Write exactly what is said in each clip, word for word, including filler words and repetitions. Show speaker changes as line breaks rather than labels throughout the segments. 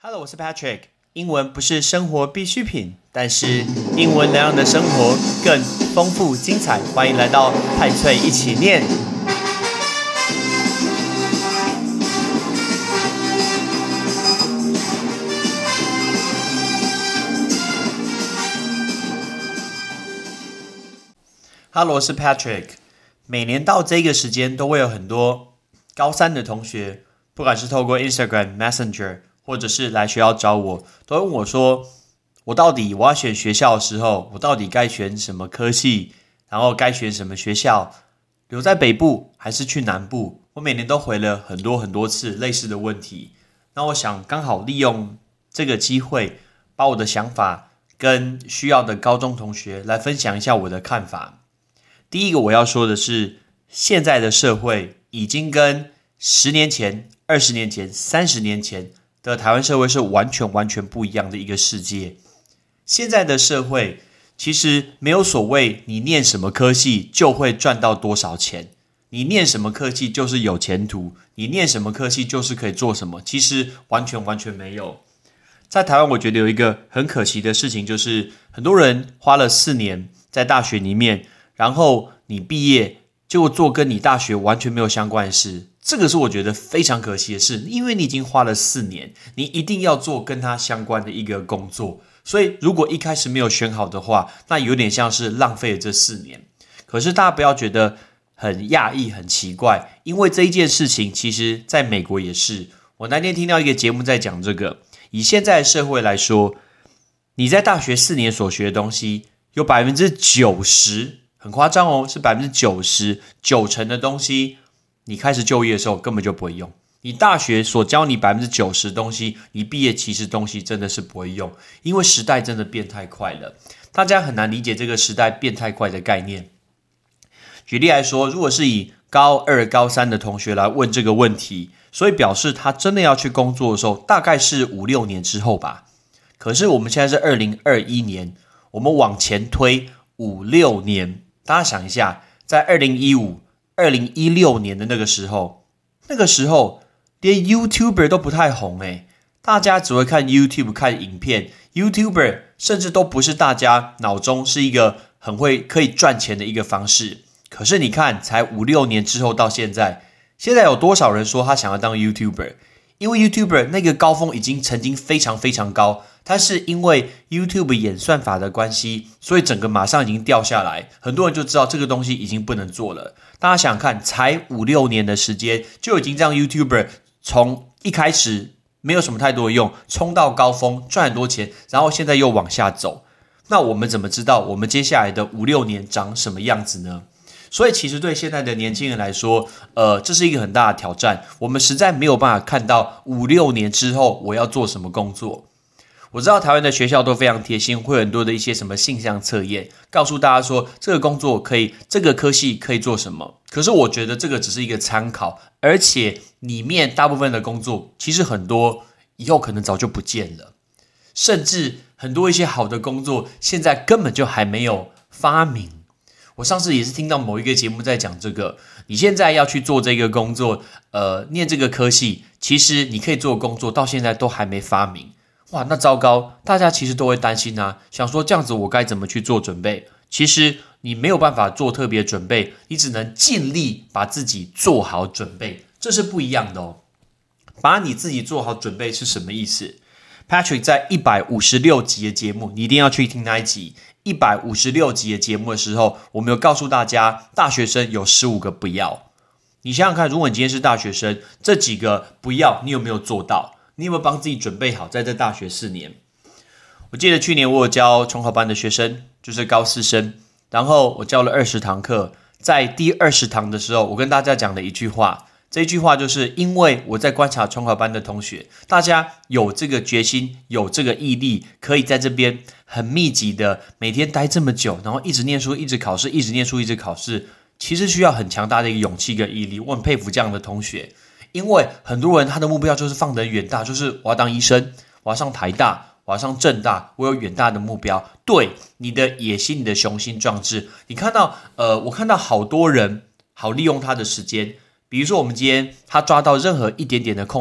Hello， 我是 Patrick。英文不是生活必需品，但是英文能让你的生活更丰富精彩。欢迎来到派翠一起念。Hello， 我是 Patrick。每年到这个时间，都会有很多高三的同学，不管是透过 Instagram、Messenger。或者是来学校找我，都会问我说，我到底我要选学校的时候，我到底该选什么科系，然后该选什么学校，留在北部还是去南部？我每年都回了很多很多次类似的问题。那我想刚好利用这个机会，把我的想法跟需要的高中同学来分享一下我的看法。第一个我要说的是，现在的社会已经跟十年前、二十年前、三十年前的台湾社会是完全完全不一样的一个世界。现在的社会其实没有所谓你念什么科系就会赚到多少钱，你念什么科系就是有前途，你念什么科系就是可以做什么，其实完全完全没有。在台湾我觉得有一个很可惜的事情，就是很多人花了四年在大学里面，然后你毕业结果做跟你大学完全没有相关的事，这个是我觉得非常可惜的事，因为你已经花了四年，你一定要做跟它相关的一个工作，所以如果一开始没有选好的话，那有点像是浪费了这四年。可是大家不要觉得很讶异很奇怪，因为这一件事情其实在美国也是。我那天听到一个节目在讲这个，以现在的社会来说，你在大学四年所学的东西有 百分之九十， 很夸张哦，是 百分之九十， 九成的东西你开始就业的时候根本就不会用。你大学所教你 百分之九十 的东西，你毕业其实东西真的是不会用，因为时代真的变太快了，大家很难理解这个时代变太快的概念。举例来说，如果是以高二高三的同学来问这个问题，所以表示他真的要去工作的时候大概是五六年之后吧。可是我们现在是二零二一年，我们往前推五六年，大家想一下，在二零一五二零一六年的那个时候，那个时候连 YouTuber 都不太红诶，大家只会看 YouTube 看影片， YouTuber 甚至都不是大家脑中是一个很会可以赚钱的一个方式。可是你看，才五六年之后到现在，现在有多少人说他想要当 YouTuber？ 因为 YouTuber 那个高峰已经曾经非常非常高，它是因为 YouTube 演算法的关系，所以整个马上已经掉下来，很多人就知道这个东西已经不能做了。大家想想看，才五六年的时间，就已经让 YouTuber 从一开始没有什么太多的用，冲到高峰，赚很多钱，然后现在又往下走。那我们怎么知道我们接下来的五六年长什么样子呢？所以其实对现在的年轻人来说，呃，这是一个很大的挑战。我们实在没有办法看到五六年之后我要做什么工作。我知道台湾的学校都非常贴心，会有很多的一些什么性向测验，告诉大家说这个工作可以，这个科系可以做什么。可是我觉得这个只是一个参考，而且里面大部分的工作其实很多以后可能早就不见了，甚至很多一些好的工作现在根本就还没有发明。我上次也是听到某一个节目在讲这个，你现在要去做这个工作，呃，念这个科系，其实你可以做的工作到现在都还没发明。哇，那糟糕，大家其实都会担心啊，想说这样子我该怎么去做准备？其实你没有办法做特别准备，你只能尽力把自己做好准备，这是不一样的哦。把你自己做好准备是什么意思？ Patrick 在一百五十六集的节目，你一定要去听那一集。一百五十六集的节目的时候，我们有告诉大家大学生有十五个不要。你想想看，如果你今天是大学生，这几个不要你有没有做到？你有没有帮自己准备好在这大学四年？我记得去年我有教重考班的学生，就是高四生，然后我教了二十堂课，在第二十堂的时候，我跟大家讲了一句话，这句话就是因为我在观察重考班的同学，大家有这个决心，有这个毅力，可以在这边很密集的每天待这么久，然后一直念书一直考试，一直念书一直考试，其实需要很强大的一个勇气跟毅力。我很佩服这样的同学，因为很多人他的目标就是放得很远大，就是我要当医生，我要上台大，我要上政大，我有远大的目标。对，你的野心，你的雄心壮志，你看到呃，我看到好多人好利用他的时间，比如说我们今天他抓到任何一点点的空档，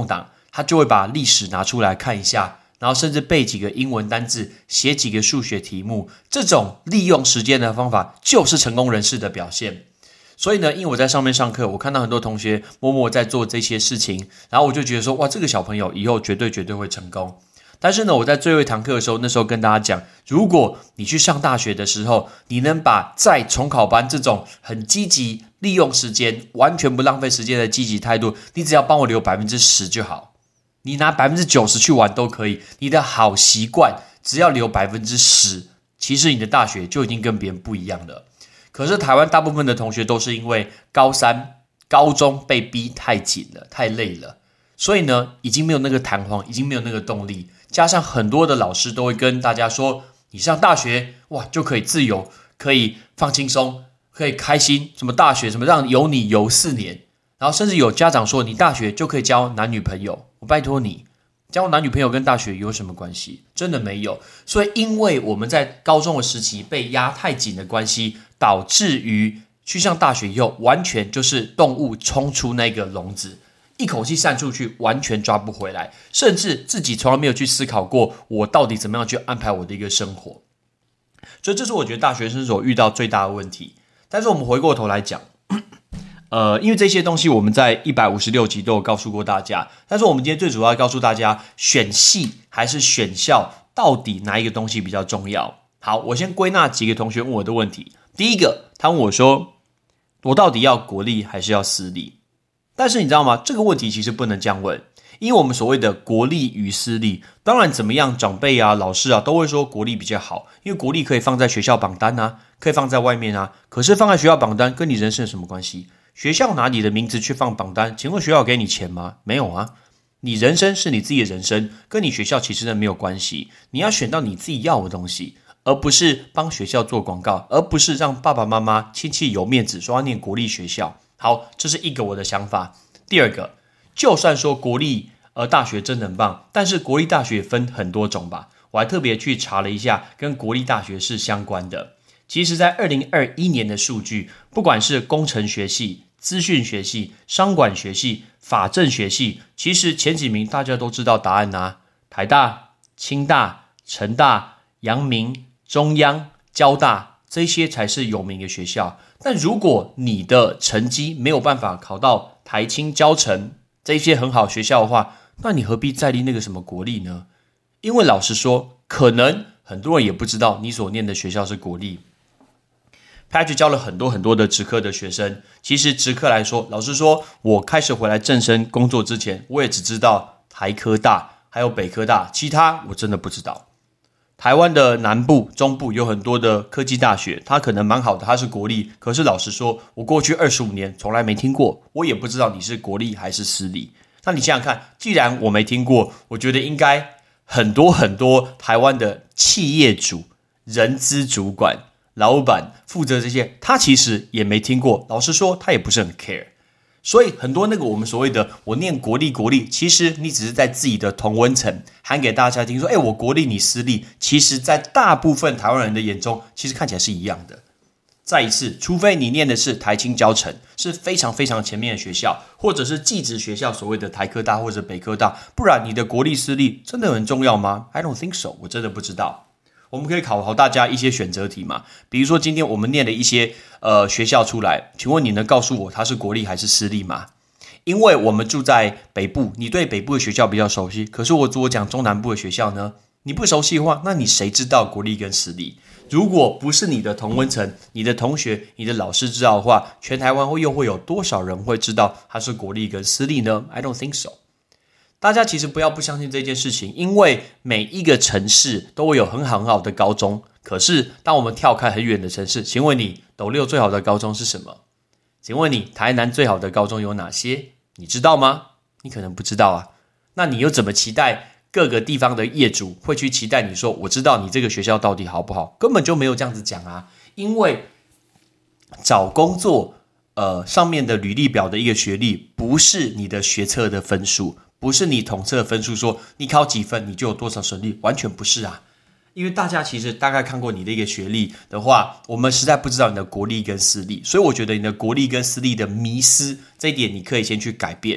他就会把历史拿出来看一下，然后甚至背几个英文单字，写几个数学题目。这种利用时间的方法就是成功人士的表现。所以呢，因为我在上面上课，我看到很多同学默默在做这些事情，然后我就觉得说，哇，这个小朋友以后绝对绝对会成功。但是呢，我在最后一堂课的时候，那时候跟大家讲，如果你去上大学的时候，你能把在重考班这种很积极利用时间、完全不浪费时间的积极态度，你只要帮我留 百分之十 就好。你拿 百分之九十 去玩都可以，你的好习惯只要留 百分之十， 其实你的大学就已经跟别人不一样了。可是台湾大部分的同学都是因为高三、高中被逼太紧了，太累了，所以呢，已经没有那个弹簧，已经没有那个动力。加上很多的老师都会跟大家说，你上大学哇就可以自由，可以放轻松，可以开心，什么大学什么让有你游四年，然后甚至有家长说你大学就可以交男女朋友，我拜托你，交男女朋友跟大学有什么关系？真的没有。所以因为我们在高中的时期被压太紧的关系，导致于去上大学以后，完全就是动物冲出那个笼子，一口气散出去，完全抓不回来，甚至自己从来没有去思考过，我到底怎么样去安排我的一个生活。所以这是我觉得大学生所遇到最大的问题。但是我们回过头来讲，呃，因为这些东西我们在一百五十六集都有告诉过大家，但是我们今天最主要告诉大家，选系还是选校，到底哪一个东西比较重要？好，我先归纳几个同学问我的问题。第一个，他问我说，我到底要国立还是要私立？但是你知道吗？这个问题其实不能这样问，因为我们所谓的国立与私立，当然怎么样，长辈啊、老师啊都会说国立比较好，因为国立可以放在学校榜单啊，可以放在外面啊。可是放在学校榜单跟你人生有什么关系？学校拿你的名字去放榜单，请问学校给你钱吗？没有啊。你人生是你自己的人生，跟你学校其实真的没有关系。你要选到你自己要的东西，而不是帮学校做广告，而不是让爸爸妈妈亲戚有面子说要念国立学校。好，这是一个我的想法。第二个，就算说国立呃大学真的很棒，但是国立大学也分很多种吧。我还特别去查了一下跟国立大学是相关的。其实在二零二一年的数据，不管是工程学系、资讯学系、商管学系、法政学系，其实前几名大家都知道答案啊，台大、清大、成大、阳明、中央、交大，这些才是有名的学校。但如果你的成绩没有办法考到台清交成这些很好学校的话，那你何必再立那个什么国立呢？因为老实说，可能很多人也不知道你所念的学校是国立。Patrick 教了很多很多的职科的学生，其实职科来说，老实说，我开始回来正身工作之前，我也只知道台科大还有北科大，其他我真的不知道。台湾的南部、中部有很多的科技大学，它可能蛮好的，它是国立。可是老实说，我过去二十五年从来没听过，我也不知道你是国立还是私立。那你想想看，既然我没听过，我觉得应该很多很多台湾的企业主、人资主管、老板负责这些，他其实也没听过。老实说，他也不是很 care。所以很多那个我们所谓的我念国立国立，其实你只是在自己的同温层喊给大家听说，哎，我国立你私立，其实在大部分台湾人的眼中，其实看起来是一样的。再一次，除非你念的是台清交成，是非常非常前面的学校，或者是技职学校，所谓的台科大或者北科大，不然你的国立私立真的很重要吗？ I don't think so， 我真的不知道。我们可以考考大家一些选择题嘛，比如说今天我们念了一些呃学校出来，请问你能告诉我它是国立还是私立吗？因为我们住在北部，你对北部的学校比较熟悉，可是我如果讲中南部的学校呢，你不熟悉的话，那你谁知道国立跟私立？如果不是你的同温层、你的同学、你的老师知道的话，全台湾会又会有多少人会知道它是国立跟私立呢？ I don't think so。大家其实不要不相信这件事情，因为每一个城市都会有很好很好的高中。可是当我们跳开很远的城市，请问你斗六最好的高中是什么？请问你台南最好的高中有哪些？你知道吗？你可能不知道啊。那你又怎么期待各个地方的业主会去期待你说，我知道你这个学校到底好不好？根本就没有这样子讲啊。因为找工作呃上面的履历表的一个学历，不是你的学测的分数，不是你统测分数说你考几分你就有多少学历，完全不是啊。因为大家其实大概看过你的一个学历的话，我们实在不知道你的国立跟私立，所以我觉得你的国立跟私立的迷思这一点你可以先去改变。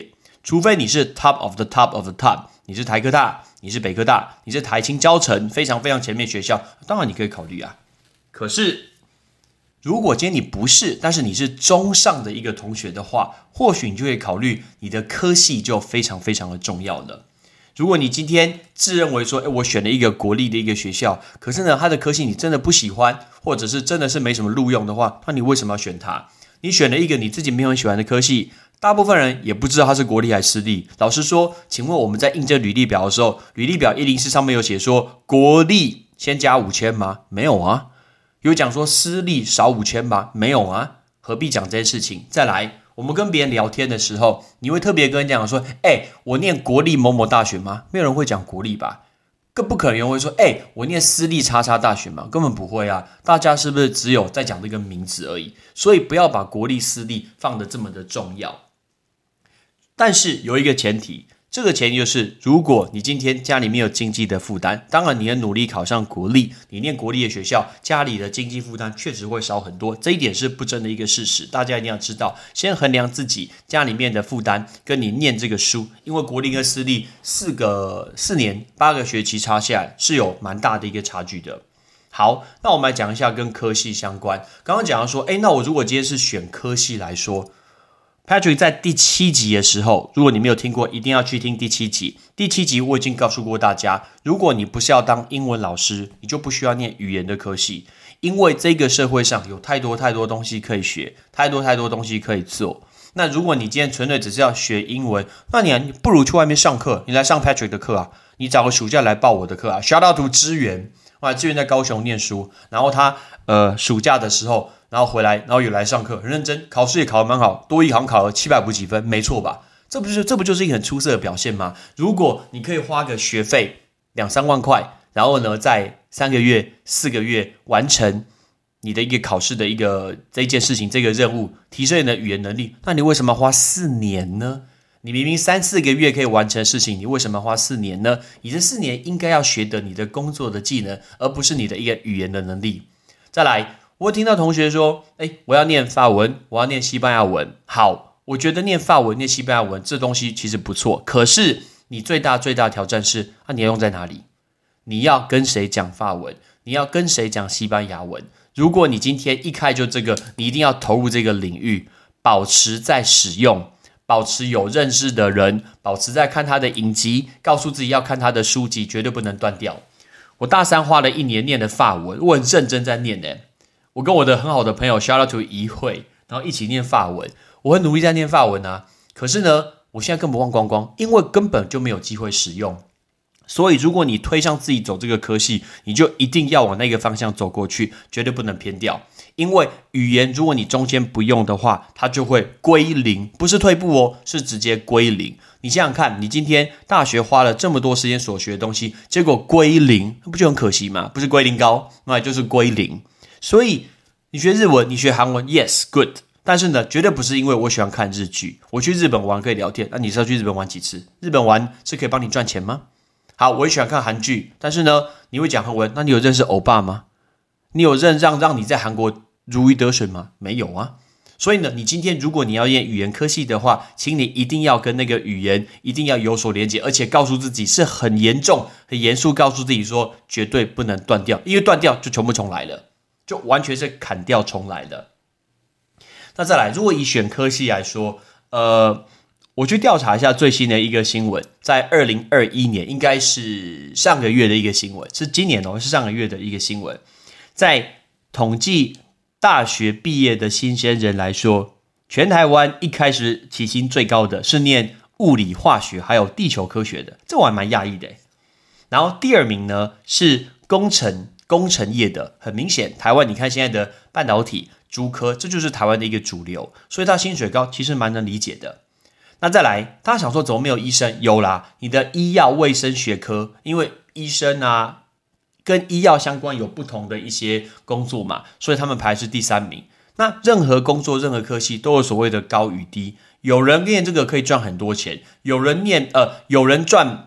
除非你是 top of the top of the top， 你是台科大，你是北科大，你是台清交成，非常非常前面学校，当然你可以考虑啊。可是如果今天你不是，但是你是中上的一个同学的话，或许你就会考虑你的科系就非常非常的重要了。如果你今天自认为说，诶，我选了一个国立的一个学校，可是呢，它的科系你真的不喜欢，或者是真的是没什么录用的话，那你为什么要选它？你选了一个你自己没有很喜欢的科系，大部分人也不知道它是国立还是私立。老实说，请问我们在印证履历表的时候，履历表一零四上面有写说国立先加五千吗？没有啊。有讲说私立少五千吗？没有啊。何必讲这件事情？再来，我们跟别人聊天的时候，你会特别跟人讲说，哎，我念国立某某大学吗？没有人会讲国立吧？更不可能有人会说，哎，我念私立叉叉大学吗？根本不会啊。大家是不是只有在讲这个名字而已？所以不要把国立私立放得这么的重要。但是有一个前提，这个前提就是，如果你今天家里面有经济的负担，当然你很努力考上国立，你念国立的学校，家里的经济负担确实会少很多，这一点是不争的一个事实，大家一定要知道，先衡量自己家里面的负担，跟你念这个书，因为国立跟私立四个四年八个学期差下来是有蛮大的一个差距的。好，那我们来讲一下跟科系相关。刚刚讲到说，诶，那我如果今天是选科系来说， Patrick 在第七集的时候，如果你没有听过，一定要去听第七集。第七集我已经告诉过大家，如果你不是要当英文老师，你就不需要念语言的科系，因为这个社会上有太多太多东西可以学，太多太多东西可以做。那如果你今天纯粹只是要学英文，那你, 你不如去外面上课，你来上 Patrick 的课啊，你找个暑假来报我的课啊。Shout out to 支援，哇，支援在高雄念书，然后他呃暑假的时候，然后回来，然后有来上课，很认真，考试也考得蛮好，多益好像考了七百五几分，没错吧？这不是这不就是一个很出色的表现吗？如果你可以花个学费两三万块，然后呢，在三个月、四个月完成你的一个考试的一个这一件事情，这个任务，提升你的语言能力，那你为什么要花四年呢？你明明三四个月可以完成的事情，你为什么要花四年呢？你这四年应该要学的你的工作的技能，而不是你的一个语言的能力。再来，我听到同学说，诶，我要念法文，我要念西班牙文。好，我觉得念法文、念西班牙文这东西其实不错，可是你最大最大的挑战是，啊，你要用在哪里？你要跟谁讲法文？你要跟谁讲西班牙文？如果你今天一开就这个，你一定要投入这个领域，保持在使用，保持有认识的人，保持在看他的影集，告诉自己要看他的书籍，绝对不能断掉。我大三花了一年念的法文，我很认真在念的。我跟我的很好的朋友 shout out to 怡慧，然后一起念法文，我很努力在念法文啊。可是呢，我现在根本忘光光，因为根本就没有机会使用。所以如果你推上自己走这个科系，你就一定要往那个方向走过去，绝对不能偏掉。因为语言如果你中间不用的话，它就会归零，不是退步哦，是直接归零。你想想看，你今天大学花了这么多时间所学的东西，结果归零，不就很可惜吗？不是归零高，那就是归零。所以你学日文，你学韩文 ，yes good， 但是呢，绝对不是因为我喜欢看日剧，我去日本玩可以聊天，那你是要去日本玩几次？日本玩是可以帮你赚钱吗？好，我也喜欢看韩剧，但是呢，你会讲韩文，那你有认识欧巴吗？你有认让让你在韩国如鱼得水吗？没有啊。所以呢，你今天如果你要念语言科系的话，请你一定要跟那个语言一定要有所连结，而且告诉自己是很严重、很严肃，告诉自己说绝对不能断掉，因为断掉就全部重来了，就完全是砍掉重来的。那再来，如果以选科系来说，呃。我去调查一下最新的一个新闻，在二零二一年，应该是上个月的一个新闻，是今年哦，是上个月的一个新闻。在统计大学毕业的新鲜人来说，全台湾一开始起薪最高的是念物理、化学还有地球科学的，这我还蛮讶异的。然后第二名呢是工程工程业的，很明显，台湾你看现在的半导体、竹科，这就是台湾的一个主流，所以它薪水高，其实蛮能理解的。那再来，大家想说怎么没有医生？有啦，你的医药卫生学科，因为医生啊跟医药相关有不同的一些工作嘛，所以他们排是第三名。那任何工作、任何科系都有所谓的高与低，有人念这个可以赚很多钱，有人念呃有人赚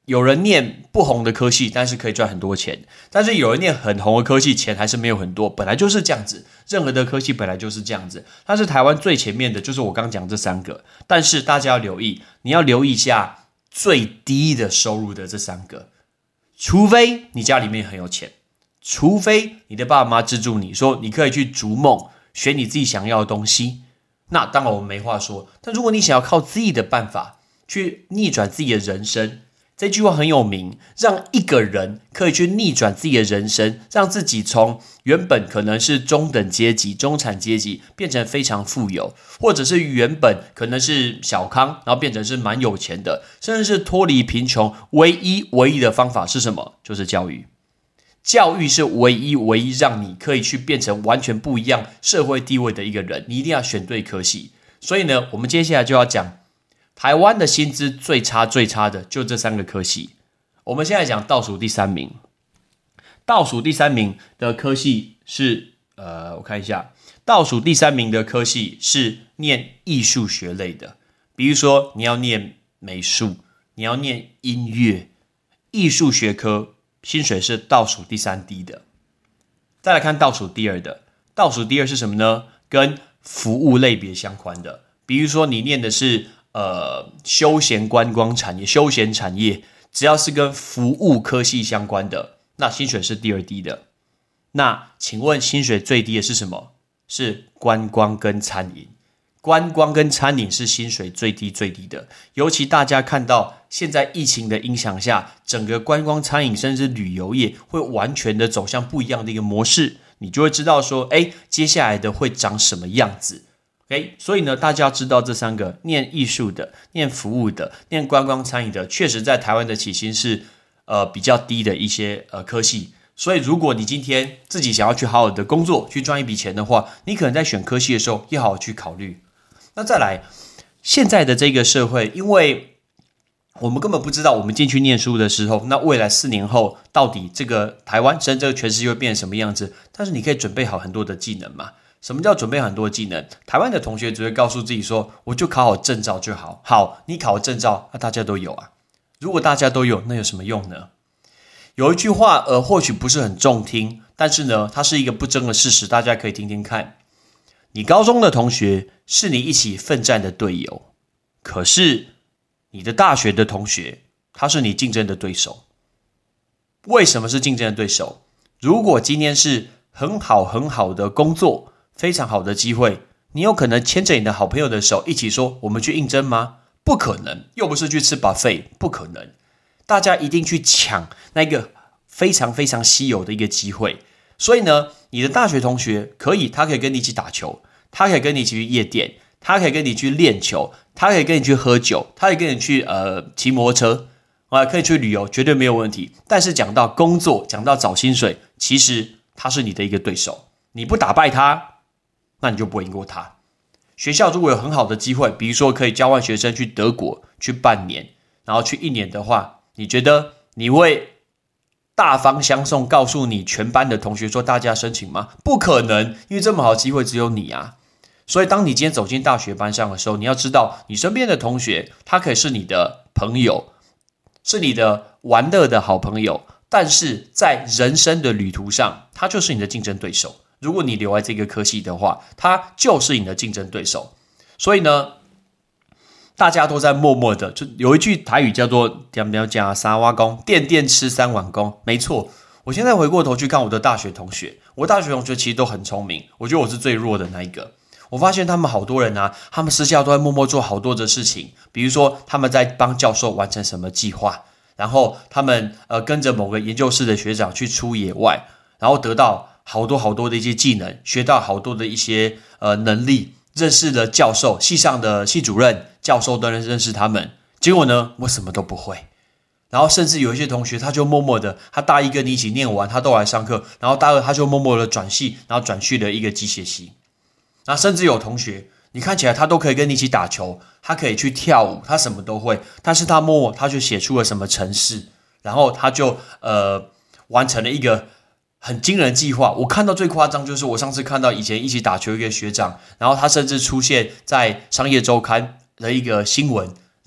有人念不红的科系，但是可以赚很多钱，但是有人念很红的科系，钱还是没有很多，本来就是这样子，任何的科系本来就是这样子。但是台湾最前面的就是我刚讲这三个，但是大家要留意，你要留意一下最低的收入的这三个，除非你家里面很有钱，除非你的爸爸妈妈资助你说你可以去逐梦，学你自己想要的东西，那当然我们没话说。但如果你想要靠自己的办法去逆转自己的人生，这句话很有名，让一个人可以去逆转自己的人生，让自己从原本可能是中等阶级、中产阶级变成非常富有，或者是原本可能是小康，然后变成是蛮有钱的，甚至是脱离贫穷，唯一唯一的方法是什么？就是教育。教育是唯一唯一让你可以去变成完全不一样社会地位的一个人，你一定要选对科系。所以呢，我们接下来就要讲台湾的薪资最差最差的就这三个科系。我们现在讲倒数第三名，倒数第三名的科系是呃，我看一下，倒数第三名的科系是念艺术学类的，比如说你要念美术，你要念音乐，艺术学科薪水是倒数第三低的。再来看倒数第二的，倒数第二是什么呢？跟服务类别相关的，比如说你念的是呃，休闲观光产业、休闲产业，只要是跟服务科系相关的，那薪水是第二低的。那请问薪水最低的是什么？是观光跟餐饮。观光跟餐饮是薪水最低最低的，尤其大家看到现在疫情的影响下，整个观光餐饮甚至旅游业会完全的走向不一样的一个模式，你就会知道说，哎，接下来的会长什么样子。Okay, 所以呢，大家要知道这三个念艺术的、念服务的、念观光餐饮的，确实在台湾的起薪是呃比较低的一些呃科系。所以如果你今天自己想要去好好的工作，去赚一笔钱的话，你可能在选科系的时候要好好去考虑。那再来，现在的这个社会，因为我们根本不知道我们进去念书的时候，那未来四年后到底这个台湾甚至这个全世界会变成什么样子，但是你可以准备好很多的技能嘛。什么叫准备很多技能？台湾的同学只会告诉自己说，我就考好证照就好。好，你考证照，那大家都有啊。如果大家都有，那有什么用呢？有一句话，呃，或许不是很中听，但是呢，它是一个不争的事实，大家可以听听看。你高中的同学是你一起奋战的队友，可是你的大学的同学，他是你竞争的对手。为什么是竞争的对手？如果今天是很好很好的工作，非常好的机会，你有可能牵着你的好朋友的手一起说我们去应征吗？不可能，又不是去吃 buffet， 不可能。大家一定去抢那个非常非常稀有的一个机会。所以呢，你的大学同学可以，他可以跟你一起打球，他可以跟你一起去夜店，他可以跟你去练球，他可以跟你去喝酒，他可以跟你去呃骑摩托车，啊，可以去旅游，绝对没有问题。但是讲到工作，讲到找薪水，其实他是你的一个对手，你不打败他，那你就不会赢过他。学校如果有很好的机会，比如说可以交换学生去德国去半年，然后去一年的话，你觉得你会大方相送告诉你全班的同学说大家申请吗？不可能，因为这么好的机会只有你啊。所以当你今天走进大学班上的时候，你要知道你身边的同学他可以是你的朋友，是你的玩乐的好朋友，但是在人生的旅途上他就是你的竞争对手。如果你留在这个科系的话，他就是你的竞争对手。所以呢，大家都在默默的，就有一句台语叫做点点讲三碗公，店店吃三碗公。没错，我现在回过头去看我的大学同学，我大学同学其实都很聪明，我觉得我是最弱的那一个。我发现他们好多人啊，他们私下都在默默做好多的事情，比如说他们在帮教授完成什么计划，然后他们呃跟着某个研究室的学长去出野外，然后得到好多好多的一些技能，学到好多的一些呃能力，认识了教授，系上的系主任、教授都能认识他们。结果呢，我什么都不会。然后甚至有一些同学，他就默默的，他大一跟你一起念完，他都来上课，然后大二他就默默的转系，然后转去了一个机械系。那甚至有同学，你看起来他都可以跟你一起打球，他可以去跳舞，他什么都会，但是他默默他就写出了什么程式，然后他就呃完成了一个很惊人的计划。我看到最夸张就是我上次看到以前一起打球一个学长，然后他甚至出现在商业周刊的一个新闻，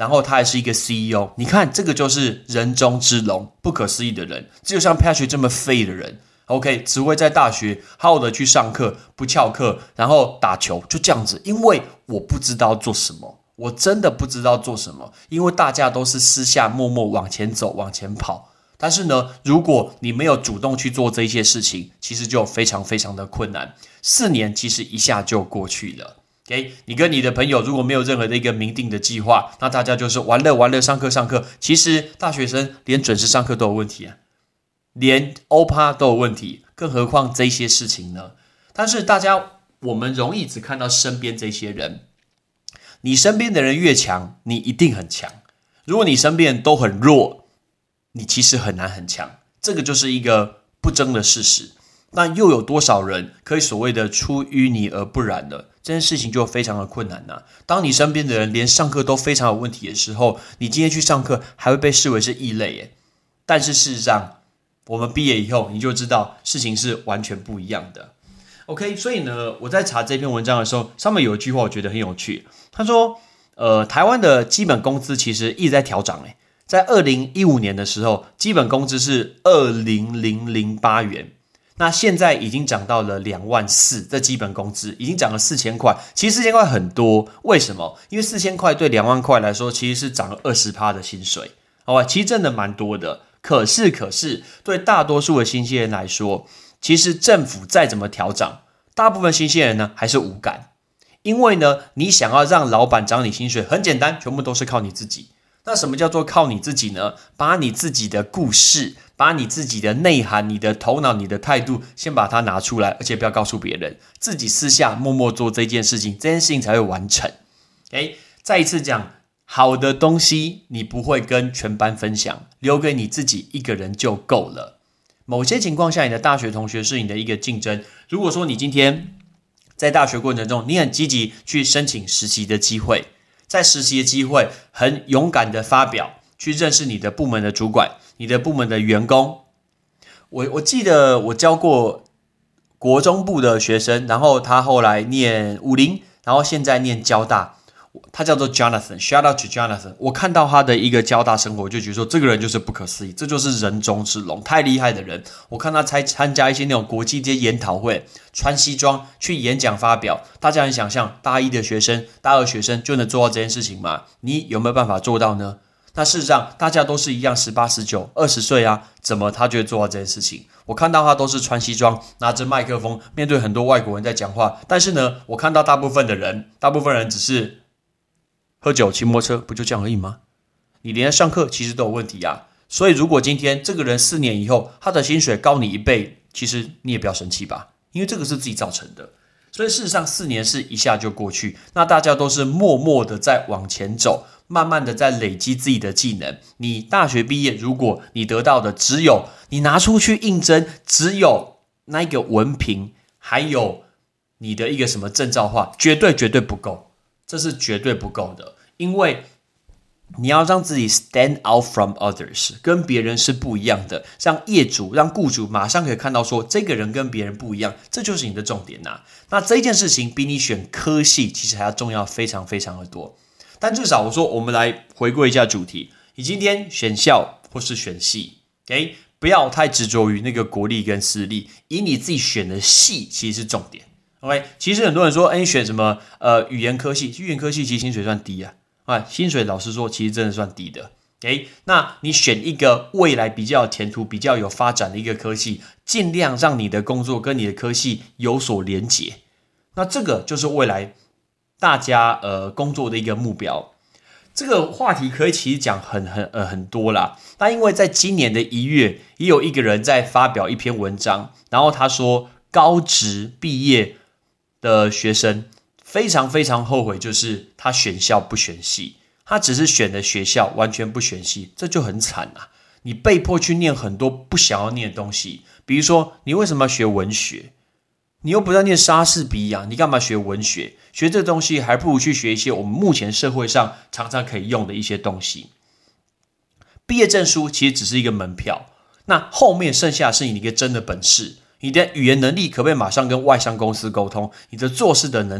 然后他还是一个 C E O， 你看这个就是人中之龙，不可思议的人。只有像 Patrick 这么废的人 OK， 只会在大学好好的去上课，不翘课，然后打球，就这样子。因为我不知道做什么，我真的不知道做什么，因为大家都是私下默默往前走，往前跑。但是呢，如果你没有主动去做这些事情，其实就非常非常的困难。四年其实一下就过去了。Okay? 你跟你的朋友如果没有任何的一个明定的计划，那大家就是玩乐玩乐，上课上课。其实大学生连准时上课都有问题啊，连欧趴都有问题，更何况这些事情呢？但是大家我们容易只看到身边这些人，你身边的人越强，你一定很强。如果你身边人都很弱，你其实很难很强，这个就是一个不争的事实。那又有多少人可以所谓的出淤泥而不染了？这件事情就非常的困难啊。当你身边的人连上课都非常有问题的时候，你今天去上课还会被视为是异类耶。但是事实上，我们毕业以后你就知道事情是完全不一样的。OK， 所以呢，我在查这篇文章的时候，上面有一句话我觉得很有趣。他说，呃，台湾的基本工资其实一直在调涨诶。在二零一五年的时候，基本工资是二零零零八元。那现在已经涨到了两万四，这基本工资已经涨了四千块。其实四千块很多，为什么？因为四千块对两万块来说，其实是涨了 百分之二十 的薪水，好吧？其实真的蛮多的。可是，可是对大多数的新鲜人来说，其实政府再怎么调涨，大部分新鲜人呢还是无感，因为呢，你想要让老板涨你薪水，很简单，全部都是靠你自己。那什么叫做靠你自己呢？把你自己的故事，把你自己的内涵，你的头脑，你的态度，先把它拿出来，而且不要告诉别人，自己私下默默做这件事情，这件事情才会完成。诶，再一次讲，好的东西你不会跟全班分享，留给你自己一个人就够了。某些情况下，你的大学同学是你的一个竞争。如果说你今天在大学过程中，你很积极去申请实习的机会，在实习的机会很勇敢的发表，去认识你的部门的主管，你的部门的员工。我我记得我教过国中部的学生，然后他后来念武陵，然后现在念交大，他叫做 Jonathan，shout out to Jonathan。我看到他的一个交大生活，我就觉得说这个人就是不可思议，这就是人中之龙，太厉害的人。我看他才参加一些那种国际这些研讨会，穿西装去演讲发表，大家很想象大一的学生、大二学生就能做到这件事情吗？你有没有办法做到呢？那事实上大家都是一样十八、十九、二十岁啊，怎么他就会做到这件事情？我看到他都是穿西装，拿着麦克风，面对很多外国人在讲话。但是呢，我看到大部分的人，大部分人只是喝酒、骑摩托车，不就这样而已吗？你连上课其实都有问题啊。所以如果今天这个人四年以后他的薪水高你一倍，其实你也不要生气吧，因为这个是自己造成的。所以事实上四年是一下就过去，那大家都是默默的在往前走，慢慢的在累积自己的技能。你大学毕业，如果你得到的只有你拿出去应征，只有那个文凭，还有你的一个什么证照的话，绝对绝对不够，这是绝对不够的。因为你要让自己 stand out from others， 跟别人是不一样的，让业主、让雇主马上可以看到说这个人跟别人不一样，这就是你的重点啊。那这件事情比你选科系其实还要重要非常非常的多。但至少我说，我们来回归一下主题，你今天选校或是选系 ，OK， 不要太执着于那个国立跟私立，以你自己选的系其实是重点。OK， 其实很多人说，哎，你选什么呃语言科系，语言科系其实薪水算低啊。啊，薪水老实说其实真的算低的。诶，那你选一个未来比较有前途、比较有发展的一个科系，尽量让你的工作跟你的科系有所连结。那这个就是未来大家呃工作的一个目标。这个话题可以其实讲很很呃很多啦。那因为在今年的一月，也有一个人在发表一篇文章，然后他说高职毕业的学生非常非常后悔，就是他选校不选系，他只是选了学校，完全不选系，这就很惨啊！你被迫去念很多不想要念的东西，比如说你为什么要学文学？你又不要念莎士比亚，你干嘛学文学？学这东西还不如去学一些我们目前社会上常常可以用的一些东西。毕业证书其实只是一个门票，那后面剩下的是你一个真的本事。你的语言能力可不可以马上跟外商公司沟通？你的做事的能力，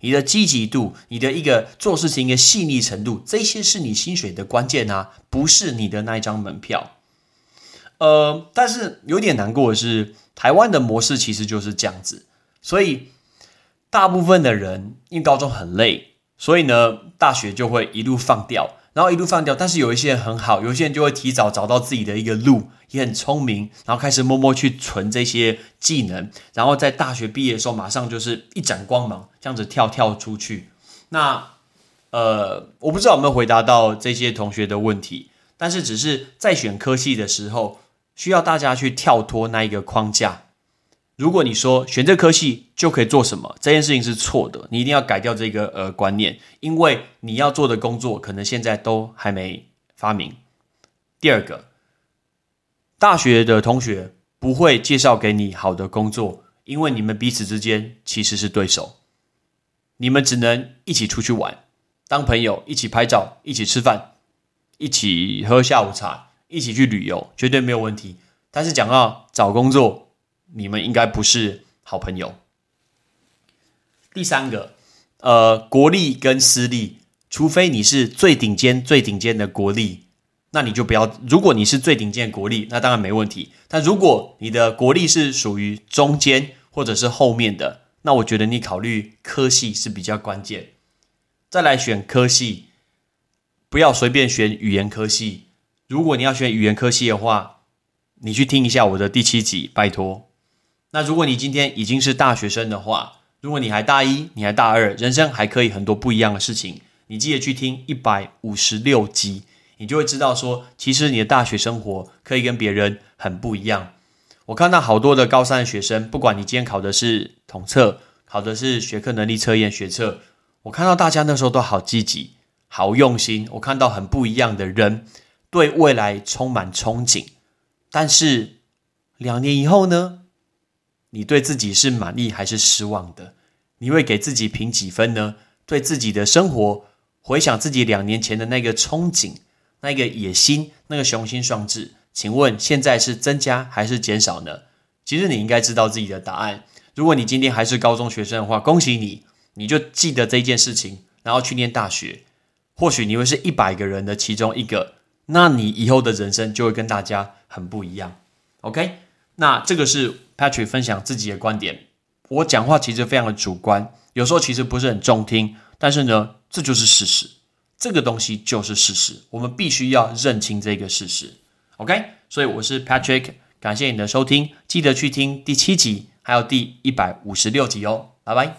你的积极度，你的一个做事情的细腻程度，这些是你薪水的关键啊，不是你的那一张门票。呃，但是有点难过的是，台湾的模式其实就是这样子，所以大部分的人因为高中很累，所以呢，大学就会一路放掉，然后一路放掉。但是有一些人很好，有一些人就会提早找到自己的一个路，也很聪明，然后开始默默去存这些技能，然后在大学毕业的时候，马上就是一展光芒，这样子跳跳出去。那呃，我不知道有没有回答到这些同学的问题，但是只是在选科系的时候，需要大家去跳脱那一个框架。如果你说选这科系就可以做什么，这件事情是错的，你一定要改掉这个呃观念，因为你要做的工作可能现在都还没发明。第二个，大学的同学不会介绍给你好的工作，因为你们彼此之间其实是对手，你们只能一起出去玩，当朋友，一起拍照，一起吃饭，一起喝下午茶，一起去旅游，绝对没有问题。但是讲到找工作，你们应该不是好朋友。第三个，呃，国立跟私立，除非你是最顶尖、最顶尖的国立，那你就不要。如果你是最顶尖的国立，那当然没问题。但如果你的国立是属于中间或者是后面的，那我觉得你考虑科系是比较关键。再来选科系，不要随便选语言科系。如果你要选语言科系的话，你去听一下我的第七集，拜托。那如果你今天已经是大学生的话，如果你还大一，你还大二，人生还可以很多不一样的事情，你记得去听一百五十六集，你就会知道说，其实你的大学生活可以跟别人很不一样。我看到好多的高三的学生，不管你今天考的是统测，考的是学科能力测验学测，我看到大家那时候都好积极，好用心，我看到很不一样的人，对未来充满憧憬。但是两年以后呢？你对自己是满意还是失望的？你会给自己评几分呢？对自己的生活，回想自己两年前的那个憧憬，那个野心，那个雄心壮志，请问现在是增加还是减少呢？其实你应该知道自己的答案。如果你今天还是高中学生的话，恭喜你，你就记得这件事情，然后去念大学。或许你会是一百个人的其中一个，那你以后的人生就会跟大家很不一样。OK？ 那这个是 Patrick 分享自己的观点。我讲话其实非常的主观，有时候其实不是很中听，但是呢，这就是事实。这个东西就是事实，我们必须要认清这个事实。OK？ 所以我是 Patrick， 感谢你的收听，记得去听第七集，还有第一百五十六集哦。拜拜。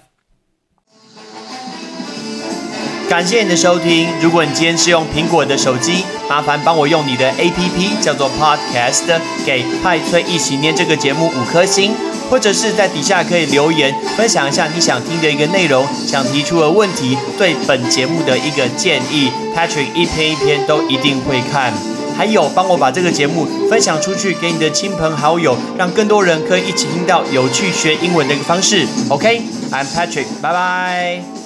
感谢你的收听。如果你今天是用苹果的手机，麻烦帮我用你的 A P P 叫做 Podcast 给派翠一起念这个节目五颗星，或者是在底下可以留言分享一下你想听的一个内容，想提出的问题，对本节目的一个建议。Patrick 一篇一篇都一定会看。还有帮我把这个节目分享出去给你的亲朋好友，让更多人可以一起听到有趣学英文的一个方式。OK，I'm Patrick， 拜拜。